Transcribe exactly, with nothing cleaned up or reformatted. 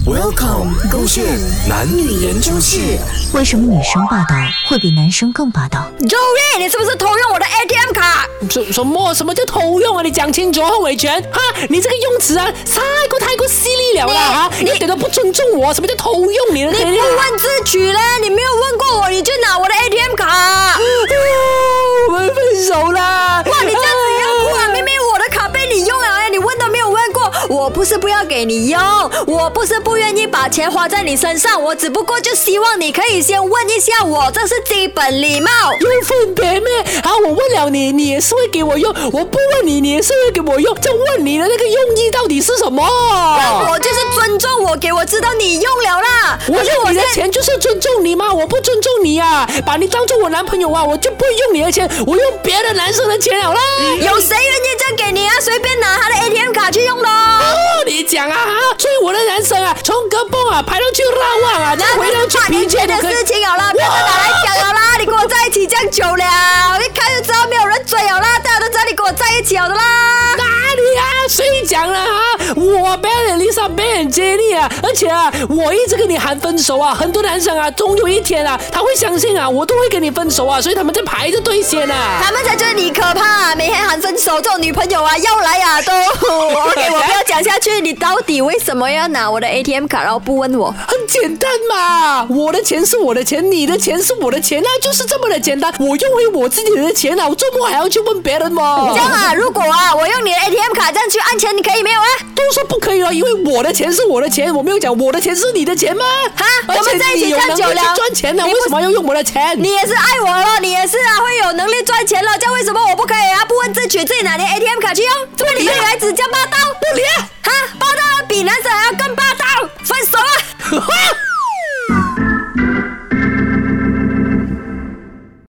Welcome， 勾选男女研究室。 为什么女生霸道会比男生更霸道 ？Joey， 你是不是偷用我的 A T M 卡？ 什什么？什么叫偷用啊？你讲清楚，洪伟全哈！你这个用词啊，太过太过犀利了啦哈！你一点都不尊重我。什么叫偷用你的？ 你不问自取嘞？你没有问过我，你就拿我的 A T M 卡。 我们分手啦！ 哇，你这样子要哭啊！明明我的卡被你用了哎，你问都没有问过。我不是不要给你用，我不是不愿意把钱花在你身上，我只不过就希望你可以先问一下我，这是基本礼貌。 有分别咩？啊，我问了你，你也是会给我用；我不问你，你也是会给我用。这问你的那个用意到底是什么？ 我就是尊重我，给我知道你用了啦。 我用你的钱就是尊重你吗？我不尊重你啊！把你当做我男朋友啊，我就不会用你的钱，我用别的男生的钱了啦。 有谁愿意这样给你啊？随便拿他的 A T M 卡去用咯。 哦，你讲啊哈，追我的男生啊，从格蹦啊排到去拉旺啊，再回到去皮街的事情好了，不要再拿来讲了啦！你跟我在一起这样久了，我一看就知道没有人追了啦，大家都知道你跟我在一起了的啦。 哪里啊？谁讲了啊？我 Ben Lisa Ben Jenny 啊，而且啊，我一直跟你喊分手啊，很多男生啊，总有一天啊，他会相信啊，我都会跟你分手啊，所以他们在排着队先啊。 他们才觉得你可怕，每天喊分手，这种女朋友啊要来啊都。OK， 我不要讲下去，你到底为什么要拿我的 A T M 卡，然后不问我？ 很简单嘛，我的钱是我的钱，你的钱是我的钱啊，就是这么的简单。我用回我自己的钱啊，我周末还要去问别人吗？ 这样啊，如果啊，我用你的 A T M 卡这样去按钱，你可以没有啊？ 都说不可以了，因为我的钱是我的钱，我没有讲我的钱是你的钱吗？ 哈，我们在一起这样久了， 赚钱了，为什么要用我的钱？ 你也是爱我了，你也是啊，会有能力赚钱了，这样为什么我不可以啊？不问自取，自己拿你 A T M 卡去用？怎么你的女孩子这样霸道？ 不理啊！ 哈，霸道比男生还要更霸道，分手啊！